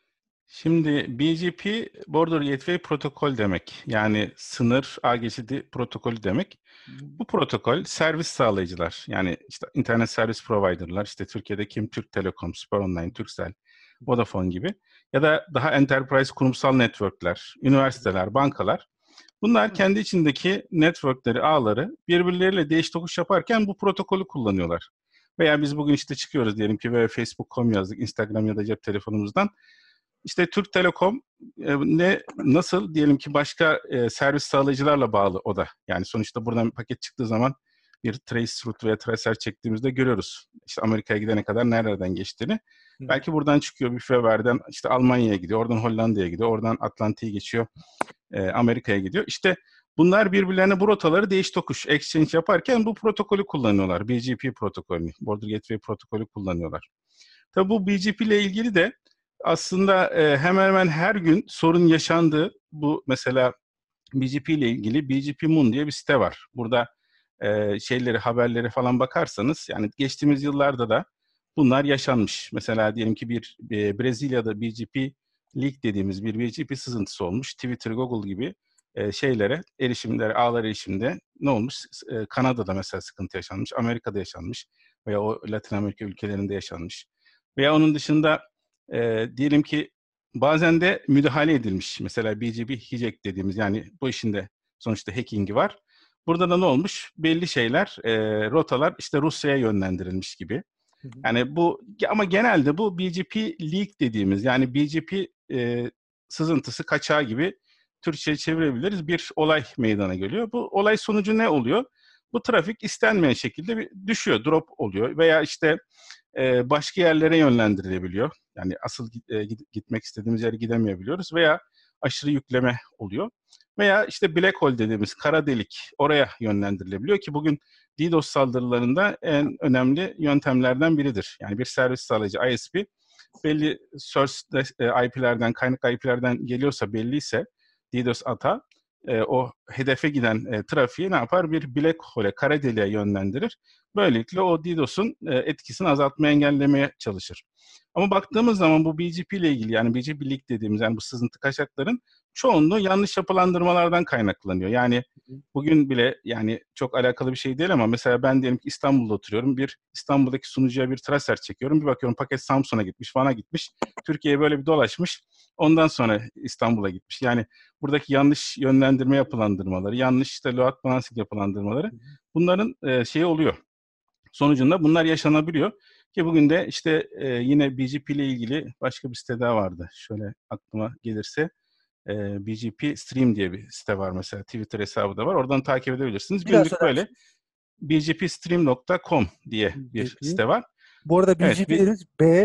Şimdi BGP Border Gateway Protokol demek. Yani sınır ağ geçidi protokolü demek. Bu protokol servis sağlayıcılar yani işte internet servis providerlar işte Türkiye'de kim Türk Telekom, Süper Online, Turkcell, Vodafone gibi ya da daha enterprise kurumsal networkler, üniversiteler, bankalar bunlar kendi içindeki networkleri, ağları birbirleriyle değiş tokuş yaparken bu protokolü kullanıyorlar. Veya biz bugün işte çıkıyoruz diyelim ki ve Facebook.com yazdık Instagram ya da cep telefonumuzdan. İşte Türk Telekom nasıl diyelim ki başka servis sağlayıcılarla bağlı o da. Yani sonuçta buradan bir paket çıktığı zaman bir trace route veya tracer çektiğimizde görüyoruz. İşte Amerika'ya gidene kadar nereden geçtiğini. Hı hı. Belki buradan çıkıyor bir Fever'den işte Almanya'ya gidiyor, oradan Hollanda'ya gidiyor, oradan Atlantik'i geçiyor, Amerika'ya gidiyor. İşte bunlar birbirlerine bu rotaları değiş tokuş, exchange yaparken bu protokolü kullanıyorlar. BGP protokolünü, Border Gateway protokolü kullanıyorlar. Tabii bu BGP ile ilgili de aslında hemen hemen her gün sorun yaşandığı bu mesela BGP ile ilgili BGP Moon diye bir site var. Burada haberleri falan bakarsanız yani geçtiğimiz yıllarda da bunlar yaşanmış. Mesela diyelim ki bir Brezilya'da BGP leak dediğimiz bir BGP sızıntısı olmuş. Twitter, Google gibi şeylere, erişimlere, ağlar erişimde ne olmuş? Kanada'da mesela sıkıntı yaşanmış, Amerika'da yaşanmış veya o Latin Amerika ülkelerinde yaşanmış. Veya onun dışında diyelim ki bazen de müdahale edilmiş. Mesela BGP hijack dediğimiz, yani bu işin de sonuçta hacking'i var. Burada da ne olmuş? Belli şeyler, rotalar işte Rusya'ya yönlendirilmiş gibi. Hı hı. Yani bu, ama genelde bu BGP leak dediğimiz, yani BGP sızıntısı, kaçağı gibi Türkçe'ye çevirebiliriz. Bir olay meydana geliyor. Bu olay sonucu ne oluyor? Bu trafik istenmeyen şekilde düşüyor, drop oluyor veya işte başka yerlere yönlendirilebiliyor. Yani asıl gitmek istediğimiz yere gidemeyebiliyoruz veya aşırı yükleme oluyor. Veya işte black hole dediğimiz kara delik, oraya yönlendirilebiliyor ki bugün DDoS saldırılarında en önemli yöntemlerden biridir. Yani bir servis sağlayıcı ISP belli source IP'lerden, kaynak IP'lerden geliyorsa, belliyse DDoS ata o hedefe giden trafiği ne yapar? Bir black hole, kara deliğe yönlendirir. Böylelikle o DDoS'un etkisini azaltmaya, engellemeye çalışır. Ama baktığımız zaman bu BGP ile ilgili, yani BGP leak dediğimiz, yani bu sızıntı kaçakların çoğunluğu yanlış yapılandırmalardan kaynaklanıyor. Yani bugün bile, yani çok alakalı bir şey değil ama mesela ben diyelim ki İstanbul'da oturuyorum. Bir İstanbul'daki sunucuya bir traser çekiyorum. Bir bakıyorum paket Samsun'a gitmiş, Van'a gitmiş. Türkiye'ye böyle bir dolaşmış. Ondan sonra İstanbul'a gitmiş. Yani buradaki yanlış yönlendirme yapılandırmaları, yanlış işte load balancing yapılandırmaları, bunların şeyi oluyor. Sonucunda bunlar yaşanabiliyor. Ki bugün de işte yine BGP ile ilgili başka bir site daha vardı. Şöyle aklıma gelirse BGP Stream diye bir site var mesela. Twitter hesabı da var. Oradan takip edebilirsiniz. Bir daha Günlük söyler böyle misiniz? bgpstream.com diye bir BGP. site var. Bu arada Evet, BGP dediniz.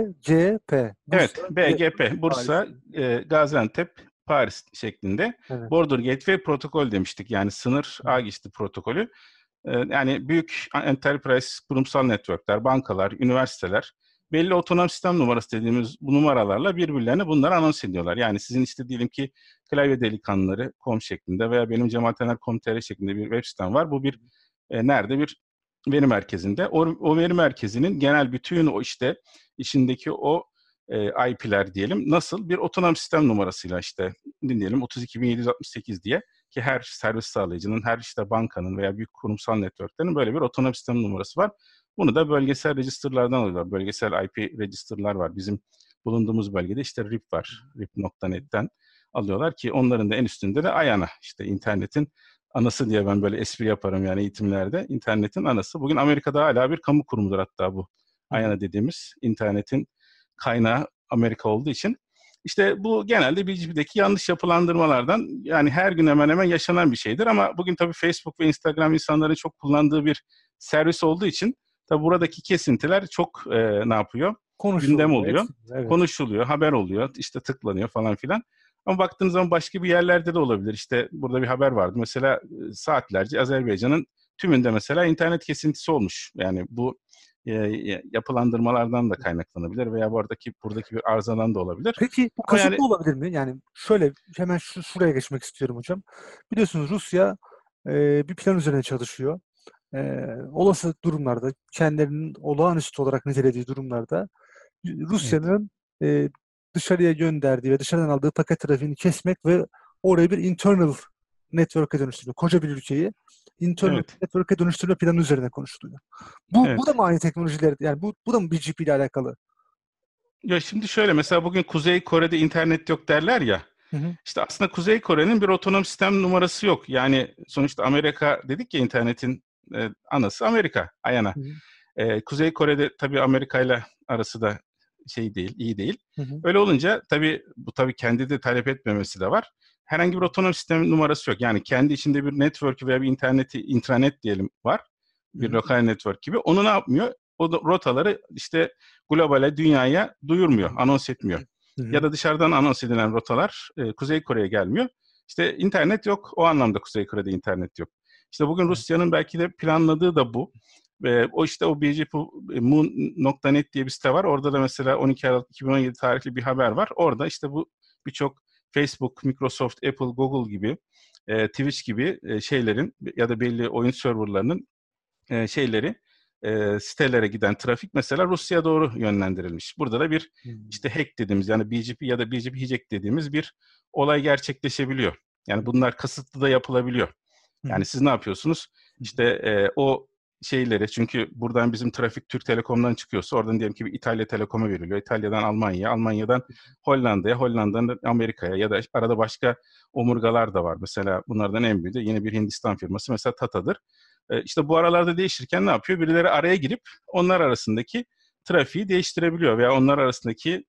BCP. evet, Bursa, BGP, Paris. Bursa, Gaziantep, Paris şeklinde. Evet. Border Gateway Protokol demiştik. Yani sınır ağ geçidi protokolü. Yani büyük enterprise kurumsal networkler, bankalar, üniversiteler belli otonom sistem numarası dediğimiz bu numaralarla birbirlerine bunları anons ediyorlar. Yani sizin işte diyelim ki klavye delikanlıları.com şeklinde veya benim cemaatlener.com.tr şeklinde bir web sitem var. Bu bir nerede? Bir veri merkezinde. O veri merkezinin genel bütün o işte işindeki o IP'ler diyelim nasıl bir otonom sistem numarasıyla işte dinleyelim 32.768 diye, ki her servis sağlayıcının, her işte bankanın veya büyük kurumsal networklerin böyle bir otonom sistem numarası var. Bunu da bölgesel register'lardan alıyorlar. Bölgesel IP register'lar var. Bizim bulunduğumuz bölgede işte RIP var. RIP.net'ten alıyorlar ki onların da en üstünde de AYANA, işte internetin anası diye ben böyle espri yaparım yani eğitimlerde. İnternetin anası. Bugün Amerika'da hala bir kamu kurumudur hatta bu. AYANA dediğimiz internetin kaynağı Amerika olduğu için. İşte bu genelde BGP'deki yanlış yapılandırmalardan, yani her gün hemen hemen yaşanan bir şeydir ama bugün tabii Facebook ve Instagram insanların çok kullandığı bir servis olduğu için tabii buradaki kesintiler çok ne yapıyor? Gündem Konuşuluyor. oluyor, Evet. konuşuluyor, haber oluyor, işte tıklanıyor falan filan. Ama baktığınız zaman başka bir yerlerde de olabilir. İşte burada bir haber vardı. Mesela saatlerce Azerbaycan'ın tümünde mesela internet kesintisi olmuş. Yani bu yapılandırmalardan da kaynaklanabilir veya buradaki bir arızadan da olabilir. Peki bu Ama yani kasıtlı olabilir mi? Yani şöyle hemen şuraya geçmek istiyorum hocam. Biliyorsunuz Rusya bir plan üzerine çalışıyor. Olası durumlarda, kendilerinin olağanüstü olarak nitelediği durumlarda evet, Rusya'nın dışarıya gönderdiği ve dışarıdan aldığı paket trafiğini kesmek ve orayı bir internal network'e dönüştürmek. Koca bir ülkeyi internal evet, network'e dönüştürme planı üzerine konuşuluyor. Bu da evet. mı aynı teknolojiler? Yani bu da mı BGP ile alakalı? Ya şimdi şöyle, mesela bugün Kuzey Kore'de internet yok derler ya. Hı hı. İşte aslında Kuzey Kore'nin bir otonom sistem numarası yok. Yani sonuçta Amerika dedik ya, internetin anası Amerika, AYANA. Hı hı. Kuzey Kore'de tabii Amerika ile arası da şey değil, iyi değil. Hı hı. Öyle olunca tabii bu tabii kendi de talep etmemesi de var. Herhangi bir otonom sistem numarası yok. Yani kendi içinde bir network veya bir intranet diyelim var. Hı Bir hı. lokal network gibi. Onu ne yapmıyor? O da rotaları işte globale, dünyaya duyurmuyor, anons etmiyor. Hı Ya hı. da dışarıdan anons edilen rotalar Kuzey Kore'ye gelmiyor. İşte internet yok. O anlamda Kuzey Kore'de internet yok. İşte bugün Evet. Rusya'nın belki de planladığı da bu. Ve o işte o BGP Moon.net diye bir site var. Orada da mesela 12 Aralık 2017 tarihli bir haber var. Orada işte bu birçok Facebook, Microsoft, Apple, Google gibi, Twitch gibi şeylerin ya da belli oyun serverlarının şeyleri, sitelere giden trafik mesela Rusya'ya doğru yönlendirilmiş. Burada da bir işte hack dediğimiz yani BGP ya da BGP hijack dediğimiz bir olay gerçekleşebiliyor. Yani bunlar kasıtlı da yapılabiliyor. Yani siz ne yapıyorsunuz? İşte o şeyleri çünkü buradan bizim trafik Türk Telekom'dan çıkıyorsa oradan diyelim ki bir İtalya Telekom'a veriliyor. İtalya'dan Almanya'ya, Almanya'dan Hollanda'ya, Hollanda'dan Amerika'ya ya da arada başka omurgalar da var. Mesela bunlardan en büyüğü de yine bir Hindistan firması mesela Tata'dır. İşte bu aralarda değişirken ne yapıyor? Birileri araya girip onlar arasındaki trafiği değiştirebiliyor veya onlar arasındaki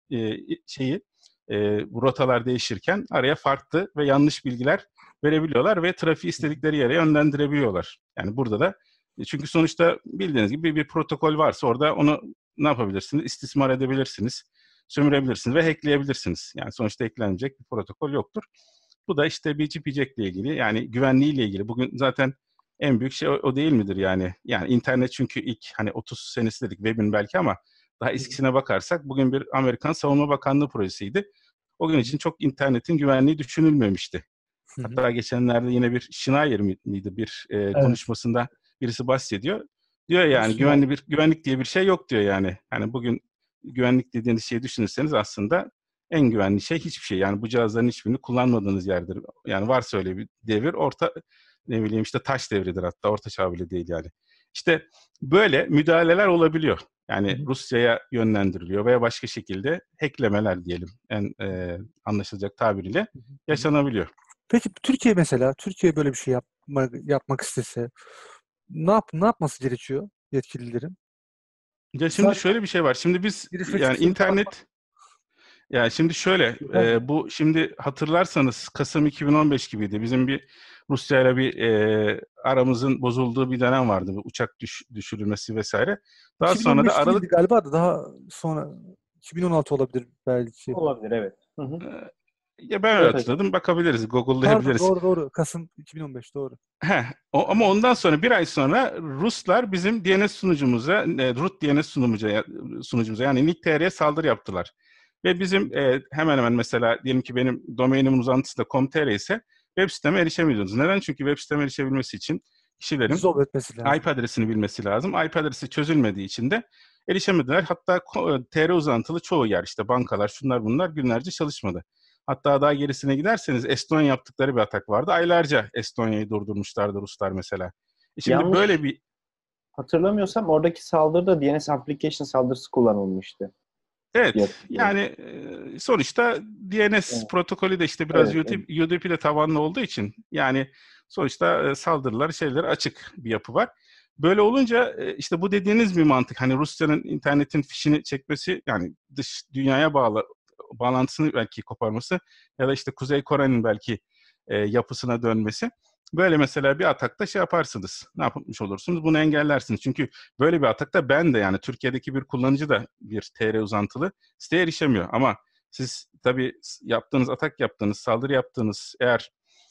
bu rotalar değişirken araya farklı ve yanlış bilgiler verebiliyorlar ve trafiği istedikleri yere yönlendirebiliyorlar. Yani burada da çünkü sonuçta bildiğiniz gibi bir protokol varsa orada onu ne yapabilirsiniz? İstismar edebilirsiniz, sömürebilirsiniz ve hackleyebilirsiniz. Yani sonuçta eklenecek bir protokol yoktur. Bu da işte BGP ile ilgili yani güvenliğiyle ilgili. Bugün zaten en büyük şey o değil midir yani? Yani internet çünkü ilk hani 30 senesi dedik web'in belki ama daha eskisine bakarsak bugün bir Amerikan Savunma Bakanlığı projesiydi. O gün için çok internetin güvenliği düşünülmemişti. Hatta geçenlerde yine bir Schneier miydi bir konuşmasında birisi bahsediyor. Diyor yani güvenlik diye bir şey yok diyor yani. Hani bugün güvenlik dediğiniz şeyi düşünürseniz aslında en güvenli şey hiçbir şey. Yani bu cihazların hiçbirini kullanmadığınız yerdir. Yani varsa öyle bir devir ne bileyim işte taş devridir hatta orta çağ bile değil yani. İşte böyle müdahaleler olabiliyor. Yani Rusya'ya yönlendiriliyor veya başka şekilde hacklemeler diyelim en anlaşılacak tabiriyle yaşanabiliyor. Peki Türkiye böyle bir şey yapmak istese ne yapması gerekiyor yetkililerin? Ya şimdi şöyle bir şey var. Şimdi biz yani internet yani şimdi şöyle bu şimdi hatırlarsanız Kasım 2015 gibiydi. Bizim bir Rusya'yla bir aramızın bozulduğu bir dönem vardı. Bu uçak düşürülmesi vesaire. Daha sonra da 2015 değildi galiba da daha sonra 2016 olabilir belki. Olabilir evet. Ya ben öyle hatırladım. Bakabiliriz. Google'layabiliriz. Pardon, doğru. Kasım 2015 doğru. Ama ondan sonra bir ay sonra Ruslar bizim DNS sunucumuza, root DNS sunucumuza yani NIC.tr'ye saldırı yaptılar. Ve bizim hemen hemen mesela diyelim ki benim domenimin uzantısı da .com.tr ise web siteme erişemiyordunuz. Neden? Çünkü web siteme erişebilmesi için kişilerin IP adresini bilmesi lazım. IP adresi çözülmediği için de erişemediler. Hatta TR uzantılı çoğu yer işte bankalar şunlar bunlar günlerce çalışmadı. Hatta daha gerisine giderseniz Estonya yaptıkları bir atak vardı. Aylarca Estonya'yı durdurmuşlardı Ruslar mesela. Şimdi yanlış böyle bir hatırlamıyorsam oradaki saldırıda DNS application saldırısı kullanılmıştı. Evet. Yani sonuçta DNS protokolü de işte biraz UDP ile tabanlı olduğu için yani sonuçta saldırılar şeyleri açık bir yapı var. Böyle olunca işte bu dediğiniz bir mantık. Hani Rusya'nın internetin fişini çekmesi yani dış dünyaya bağlantısını belki koparması ya da işte Kuzey Kore'nin belki yapısına dönmesi. Böyle mesela bir atakta şey yaparsınız. Ne yapmış olursunuz? Bunu engellersiniz. Çünkü böyle bir atakta ben de yani Türkiye'deki bir kullanıcı da bir TR uzantılı siteye erişemiyor. Ama siz tabii atak yaptığınız, saldırı yaptığınız eğer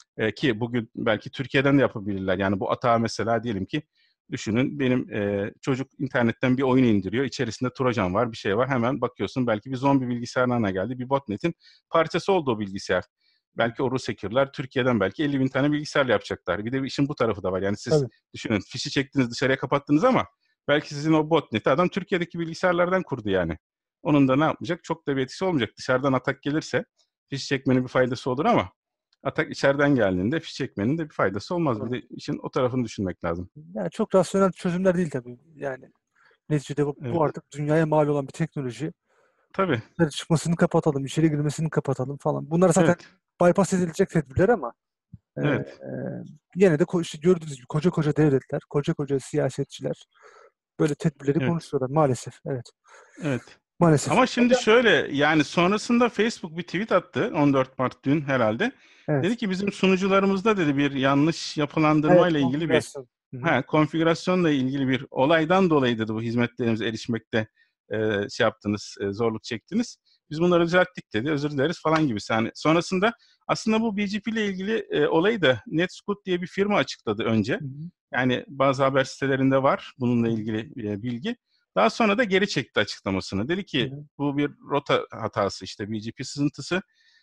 ki bugün belki Türkiye'den de yapabilirler. Yani bu atağı mesela diyelim ki düşünün benim çocuk internetten bir oyun indiriyor. İçerisinde Trojan var, bir şey var. Hemen bakıyorsun belki bir zombi bilgisayarına geldi. Bir botnet'in parçası oldu o bilgisayar. Belki o Rus hacker'lar Türkiye'den belki 50 bin tane bilgisayarla yapacaklar. Bir de işin bu tarafı da var. Yani siz düşünün fişi çektiniz dışarıya kapattınız ama belki sizin o botnet'i adam Türkiye'deki bilgisayarlardan kurdu yani. Onun da ne yapmayacak? Çok da bir etkisi olmayacak. Dışarıdan atak gelirse fiş çekmenin bir faydası olur ama atak içeriden geldiğinde fiş çekmenin de bir faydası olmaz. Bir de işin o tarafını düşünmek lazım. Yani çok rasyonel çözümler değil tabii. Yani neticede bu artık dünyaya mal olan bir teknoloji. Tabii. Çıkmasını kapatalım, içeri girmesini kapatalım falan. Bunlar zaten bypass edilecek tedbirler ama yine de işte gördüğünüz gibi koca devletler, koca siyasetçiler böyle tedbirleri konuşuyorlar maalesef. Evet. Maalesef. Ama şimdi şöyle yani sonrasında Facebook bir tweet attı 14 Mart dün herhalde. Dedi ki bizim sunucularımızda dedi bir yanlış yapılandırmayla ilgili bir konfigürasyonla ilgili bir olaydan dolayı dedi bu hizmetlerimize erişmekte şey yaptınız, zorluk çektiniz. Biz bunları düzelttik dedi, özür dileriz falan gibi. Yani sonrasında aslında bu BGP ile ilgili olayı da NetScout diye bir firma açıkladı önce. Yani bazı haber sitelerinde var bununla ilgili bilgi. Daha sonra da geri çekti açıklamasını. Dedi ki bu bir rota hatası işte BGP sızıntısı.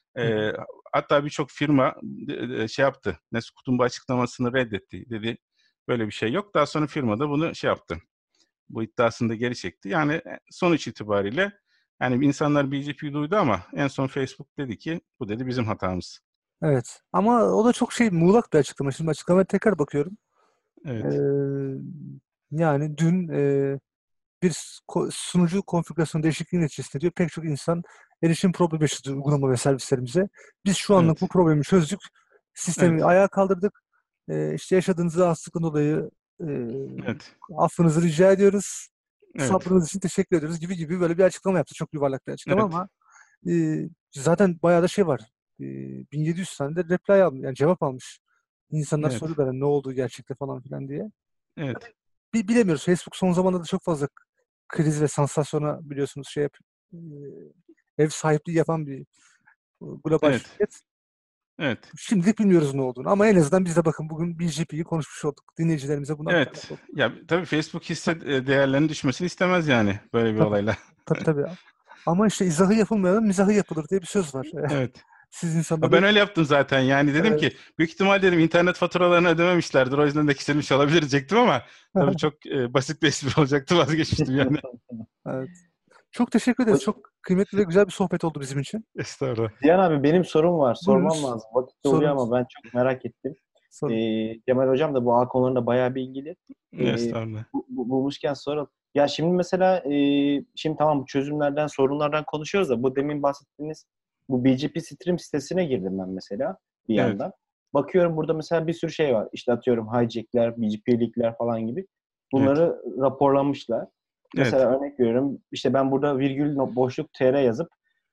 Hatta birçok firma şey yaptı. NetScout'un bu açıklamasını reddetti. Dedi böyle bir şey yok. Daha sonra firma da bunu şey yaptı. bu iddiasını da geri çekti. Yani sonuç itibariyle yani insanlar BGP'yi duydu ama en son Facebook dedi ki bu dedi bizim hatamız. Evet. Ama o da çok muğlak bir açıklama. Şimdi açıklamaya tekrar bakıyorum. Evet. Ee, Yani dün bir sunucu konfigürasyon değişikliği neticesinde diyor pek çok insan erişim problemi yaşadı uygulama ve servislerimize. Biz şu anlık bu Evet. problemi çözdük. Sistemi Evet. ayağa kaldırdık. İşte yaşadığınız rahatsızlıktan dolayı e, Evet. affınızı rica ediyoruz. Evet. Sabrınız için teşekkür ediyoruz gibi böyle bir açıklama yaptı. Çok yuvarlak bir açıklama Evet. ama zaten bayağı da var. 1700 tane de reply almış, yani cevap almış. İnsanlar Evet. soruyorlar ne olduğu gerçekte falan filan diye. Evet. Bilemiyoruz. Facebook son zamanlarda çok fazla kriz ve sansasyona biliyorsunuz e, ev sahipliği yapan bir global Evet. şirket. Evet. Şimdilik bilmiyoruz ne olduğunu ama en azından biz de bakın bugün BGP'yi konuşmuş olduk. Dinleyicilerimize bunu aktarmış Evet. olduk. Ya tabii Facebook hisse değerlerinin düşmesini istemez yani böyle bir Tabii, olayla. tabii. Ama işte izahı yapılmayanın mizahı yapılır diye bir söz var. Evet. Siz Ha, ben insanları öyle yaptım zaten. Yani dedim ki büyük ihtimal dedim internet faturalarını ödememişlerdir. O yüzden de kesilmiş olabilir diyecektim ama tabii çok basit bir espri olacaktı. Vazgeçmiştim yani. evet. Çok teşekkür ederiz. Çok kıymetli ve güzel bir sohbet oldu bizim için. Estağfurullah. Cihan abi benim sorum var. Sormam Buyurunuz. lazım. Vakit doluyor Sorunuz. ama ben çok merak ettim. Sorun. Cemal Hocam da bu ağ konularında bayağı bilgili. Estağfurullah. Bulmuşken soralım. Ya şimdi mesela şimdi tamam bu çözümlerden, sorunlardan konuşuyoruz da bu demin bahsettiğiniz bu BGP Stream sitesine girdim ben mesela bir Evet. yandan. Bakıyorum burada mesela bir sürü şey var. İşte atıyorum hijack'ler, BGP leak'ler falan gibi. Evet. Bunları raporlamışlar. Evet. Mesela örnek veriyorum. İşte ben burada virgül boşluk TR yazıp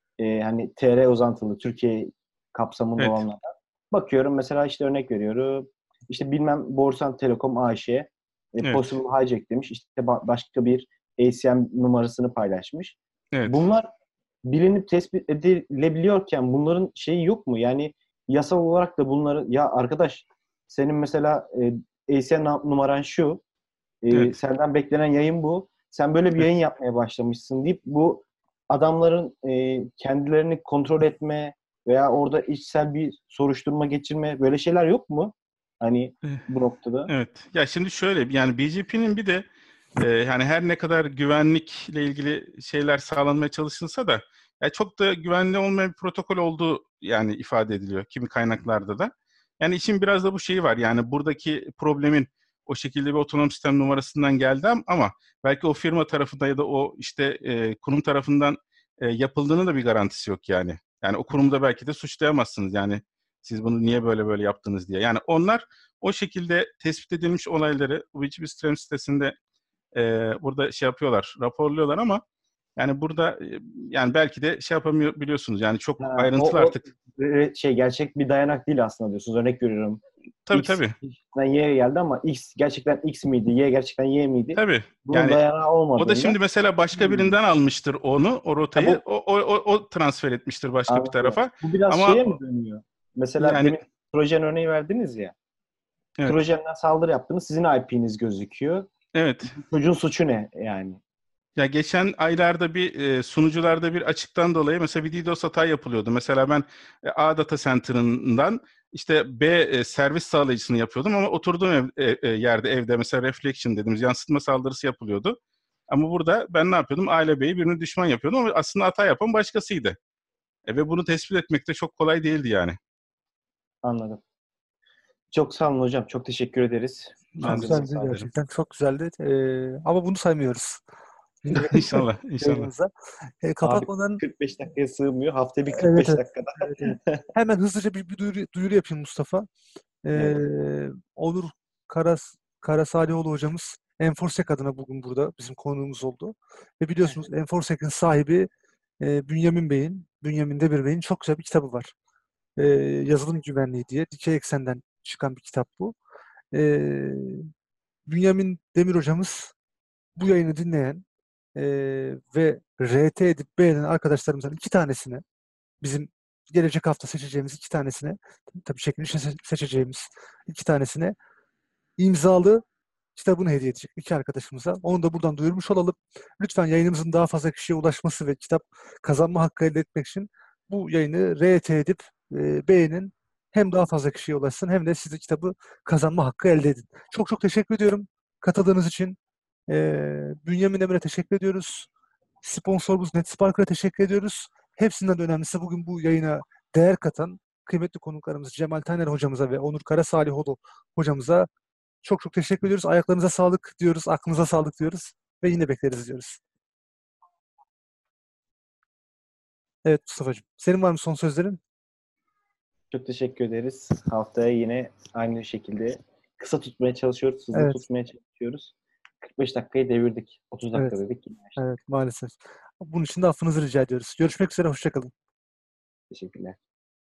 hani TR uzantılı Türkiye kapsamında Evet. olanlardan bakıyorum. Mesela işte örnek veriyorum. İşte bilmem Borsan Telekom AŞ Evet. possible hijack demiş. İşte başka bir ACM numarasını paylaşmış. Evet. Bunlar bilinip tespit edilebiliyorken bunların şeyi yok mu? Yani yasal olarak da bunları ya arkadaş senin mesela ACM numaran şu Evet. senden beklenen yayın bu. Sen böyle bir Evet. yayın yapmaya başlamışsın deyip bu adamların kendilerini kontrol etme veya orada içsel bir soruşturma geçirme böyle şeyler yok mu? Hani bu noktada. Evet. Ya şimdi şöyle yani BGP'nin bir de yani her ne kadar güvenlikle ilgili şeyler sağlanmaya çalışılsa da ya çok da güvenli olmayan bir protokol olduğu yani ifade ediliyor kimi kaynaklarda da. Yani işin biraz da bu şeyi var. Yani buradaki problemin o şekilde bir otonom sistem numarasından geldi ama belki o firma tarafında ya da o işte kurum tarafından yapıldığını da bir garantisi yok yani. Yani o kurumda belki de suçlayamazsınız yani siz bunu niye böyle yaptınız diye. Yani onlar o şekilde tespit edilmiş olayları BGP Stream sitesinde burada şey yapıyorlar, raporluyorlar ama yani burada yani belki de şey yapamıyor biliyorsunuz. Yani çok Ha, ayrıntılı o artık. şey gerçek bir dayanak değil aslında diyorsunuz. Örnek veriyorum. Tabii X tabii. Y'ye geldi ama X gerçekten X miydi? Y gerçekten Y miydi? Tabii. Bunun Yani dayanağı o da şimdi olmadığından. mesela başka Hmm. birinden almıştır onu, o Ha, rotayı. bu O transfer etmiştir başka bir anladım. tarafa. Bu biraz Ama şeye mi dönüyor? Mesela yani demin Trojan örneği verdiniz ya. evet. Trojan'dan saldırı yaptınız. Sizin IP'niz gözüküyor. Evet. Çocuğun suçu ne yani? Ya geçen aylarda bir sunucularda bir açıktan dolayı mesela bir DDoS hata yapılıyordu. Mesela ben A data center'ından işte B servis sağlayıcısını yapıyordum ama oturduğum yerde evde mesela reflection dediğimiz yansıtma saldırısı yapılıyordu. Ama burada ben ne yapıyordum? A ile B'yi birini düşman yapıyordum ama aslında hata yapan başkasıydı. Ve bunu tespit etmek de çok kolay değildi yani. Anladım. Çok sağ olun hocam. Çok teşekkür ederiz. Çok Ben de Ağzınıza güzeldi sağlık. ederim. gerçekten. Çok güzeldi. Ama bunu saymıyoruz. İnşallah, inşallah. Abi Kapatmadan 45 dakikaya sığmıyor. Hafta bir evet, 45 evet. dakikada. Evet. Hemen hızlıca bir duyuru yapayım Mustafa. Evet. Onur Karasalioğlu hocamız Enforsek adına bugün burada bizim konuğumuz oldu. Ve biliyorsunuz Enforsek'in sahibi Bünyamin Demir Bey'in çok güzel bir kitabı var. Yazılım güvenliği diye. Dikey Eksen'den çıkan bir kitap bu. Ee, Bünyamin Demir hocamız bu yayını dinleyen ve RT edip beğenen arkadaşlarımızdan iki tanesine bizim gelecek hafta seçeceğimiz iki tanesine tabii çekilişe seçeceğimiz iki tanesine imzalı kitabını hediye edecek iki arkadaşımıza. Onu da buradan duyurmuş olalım. Lütfen yayınımızın daha fazla kişiye ulaşması ve kitap kazanma hakkı elde etmek için bu yayını RT edip beğenin. Hem daha fazla kişiye ulaşsın hem de siz de kitabı kazanma hakkı elde edin. Çok çok teşekkür ediyorum katıldığınız için. Bünyamin Emre'ye teşekkür ediyoruz. Sponsorumuz NetSparker'a teşekkür ediyoruz. Hepsinden de önemlisi bugün bu yayına değer katan kıymetli konuklarımız Cemal Taner hocamıza ve Onur Karasalihoğlu hocamıza çok çok teşekkür ediyoruz. Ayaklarınıza sağlık diyoruz, aklınıza sağlık diyoruz ve yine bekleriz diyoruz. Evet Mustafa'cığım. Senin var mı son sözlerin? Çok teşekkür ederiz. Haftaya yine aynı şekilde kısa tutmaya çalışıyoruz, hızlı Evet. tutmaya çalışıyoruz. 45 dakikayı devirdik. 30 dakika Evet. dedik. Evet, maalesef. Bunun için de affınızı rica ediyoruz. Görüşmek üzere, hoşça kalın. Teşekkürler.